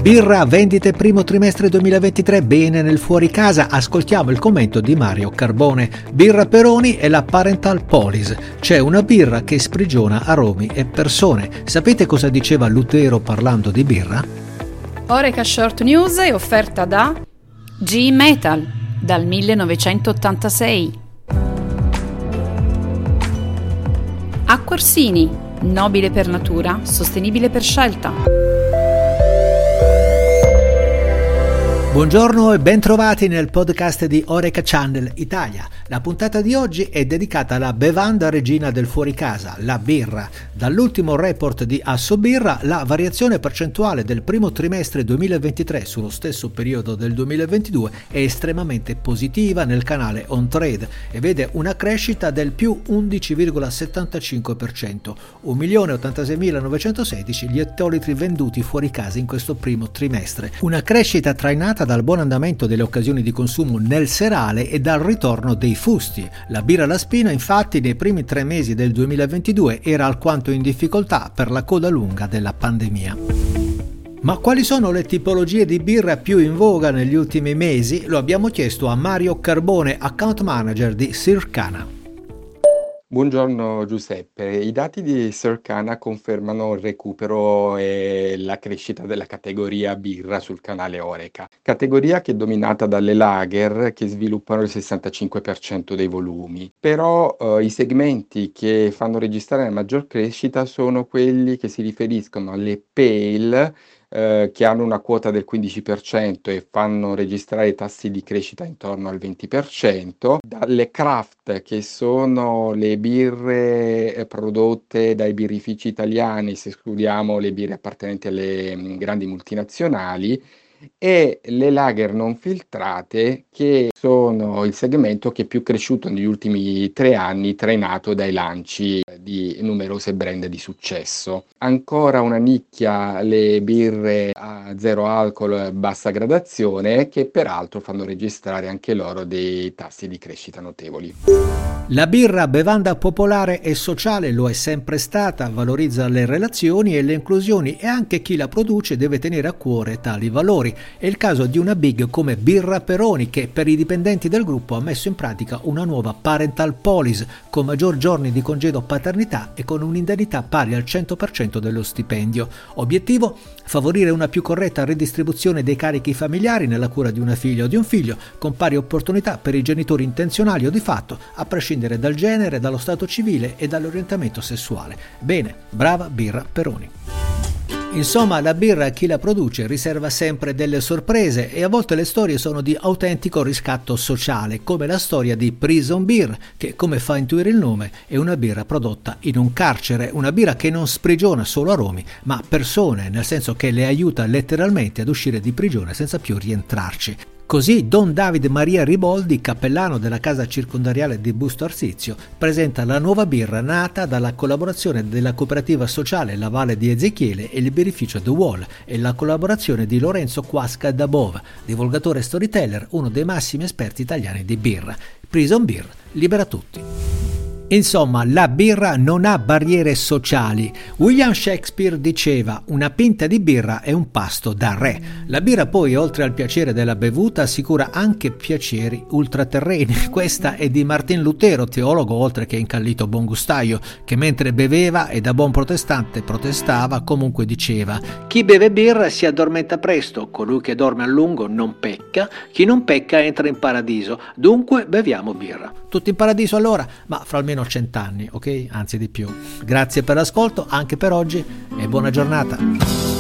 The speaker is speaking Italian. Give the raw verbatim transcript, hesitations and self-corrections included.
Birra, vendite primo trimestre duemilaventitré, bene nel fuori casa. Ascoltiamo il commento di Mario Carbone. Birra Peroni e la Parental Policy. C'è una birra che sprigiona aromi e persone. Sapete cosa diceva Lutero parlando di birra? Oreca Short News è offerta da G-Metal dal millenovecentottantasei. Acqua Orsini, nobile per natura, sostenibile per scelta. Buongiorno e ben trovati nel podcast di Oreca Channel Italia. La puntata di oggi è dedicata alla bevanda regina del fuoricasa, la birra. Dall'ultimo report di Assobirra, la variazione percentuale del primo trimestre duemilaventitré sullo stesso periodo del duemilaventidue è estremamente positiva nel canale on trade e vede una crescita del più undici virgola settantacinque per cento, un milione ottantaseimilanovecentosedici gli ettolitri venduti fuori casa in questo primo trimestre. Una crescita trainata dal buon andamento delle occasioni di consumo nel serale e dal ritorno dei fusti. La birra alla spina, infatti, nei primi tre mesi del duemilaventidue era alquanto in difficoltà per la coda lunga della pandemia. Ma quali sono le tipologie di birra più in voga negli ultimi mesi? Lo abbiamo chiesto a Mario Carbone, account manager di Circana. Buongiorno Giuseppe, i dati di Circana confermano il recupero e la crescita della categoria birra sul canale Oreca, categoria che è dominata dalle lager che sviluppano il sessantacinque per cento dei volumi, però eh, i segmenti che fanno registrare la maggior crescita sono quelli che si riferiscono alle pale, Eh, che hanno una quota del quindici per cento e fanno registrare tassi di crescita intorno al venti per cento, dalle craft, che sono le birre eh, prodotte dai birrifici italiani, se escludiamo le birre appartenenti alle mh, grandi multinazionali, e le lager non filtrate, che sono il segmento che è più cresciuto negli ultimi tre anni, trainato dai lanci di numerose brand di successo. Ancora una nicchia le birre a zero alcol e bassa gradazione, che peraltro fanno registrare anche loro dei tassi di crescita notevoli. La birra, bevanda popolare e sociale, lo è sempre stata, valorizza le relazioni e le inclusioni e anche chi la produce deve tenere a cuore tali valori. È il caso di una big come Birra Peroni, che per i dipendenti del gruppo ha messo in pratica una nuova Parental Policy con maggior giorni di congedo paternità e con un'indennità pari al cento per cento dello stipendio. Obiettivo? Favorire una più corretta redistribuzione dei carichi familiari nella cura di una figlia o di un figlio, con pari opportunità per i genitori intenzionali o di fatto, a prescindere dal genere, dallo stato civile e dall'orientamento sessuale. Bene, brava Birra Peroni. Insomma, la birra, chi la produce, riserva sempre delle sorprese e a volte le storie sono di autentico riscatto sociale, come la storia di Prison Beer, che, come fa intuire il nome, è una birra prodotta in un carcere, una birra che non sprigiona solo aromi, ma persone, nel senso che le aiuta letteralmente ad uscire di prigione senza più rientrarci. Così Don Davide Maria Riboldi, cappellano della casa circondariale di Busto Arsizio, presenta la nuova birra nata dalla collaborazione della cooperativa sociale La Valle di Ezechiele e il birrificio The Wall e la collaborazione di Lorenzo Quasca da Bova, divulgatore e storyteller, uno dei massimi esperti italiani di birra. Prison Beer libera tutti. Insomma, la birra non ha barriere sociali. William Shakespeare diceva: una pinta di birra è un pasto da re. La birra poi, oltre al piacere della bevuta, assicura anche piaceri ultraterreni. Questa è di Martin Lutero, teologo oltre che incallito buongustaio, che mentre beveva e da buon protestante protestava, comunque diceva: chi beve birra si addormenta presto, colui che dorme a lungo non pecca, chi non pecca entra in paradiso, dunque beviamo birra. Tutti in paradiso allora, ma fra almeno cent'anni, ok? Anzi di più. Grazie per l'ascolto anche per oggi e buona giornata.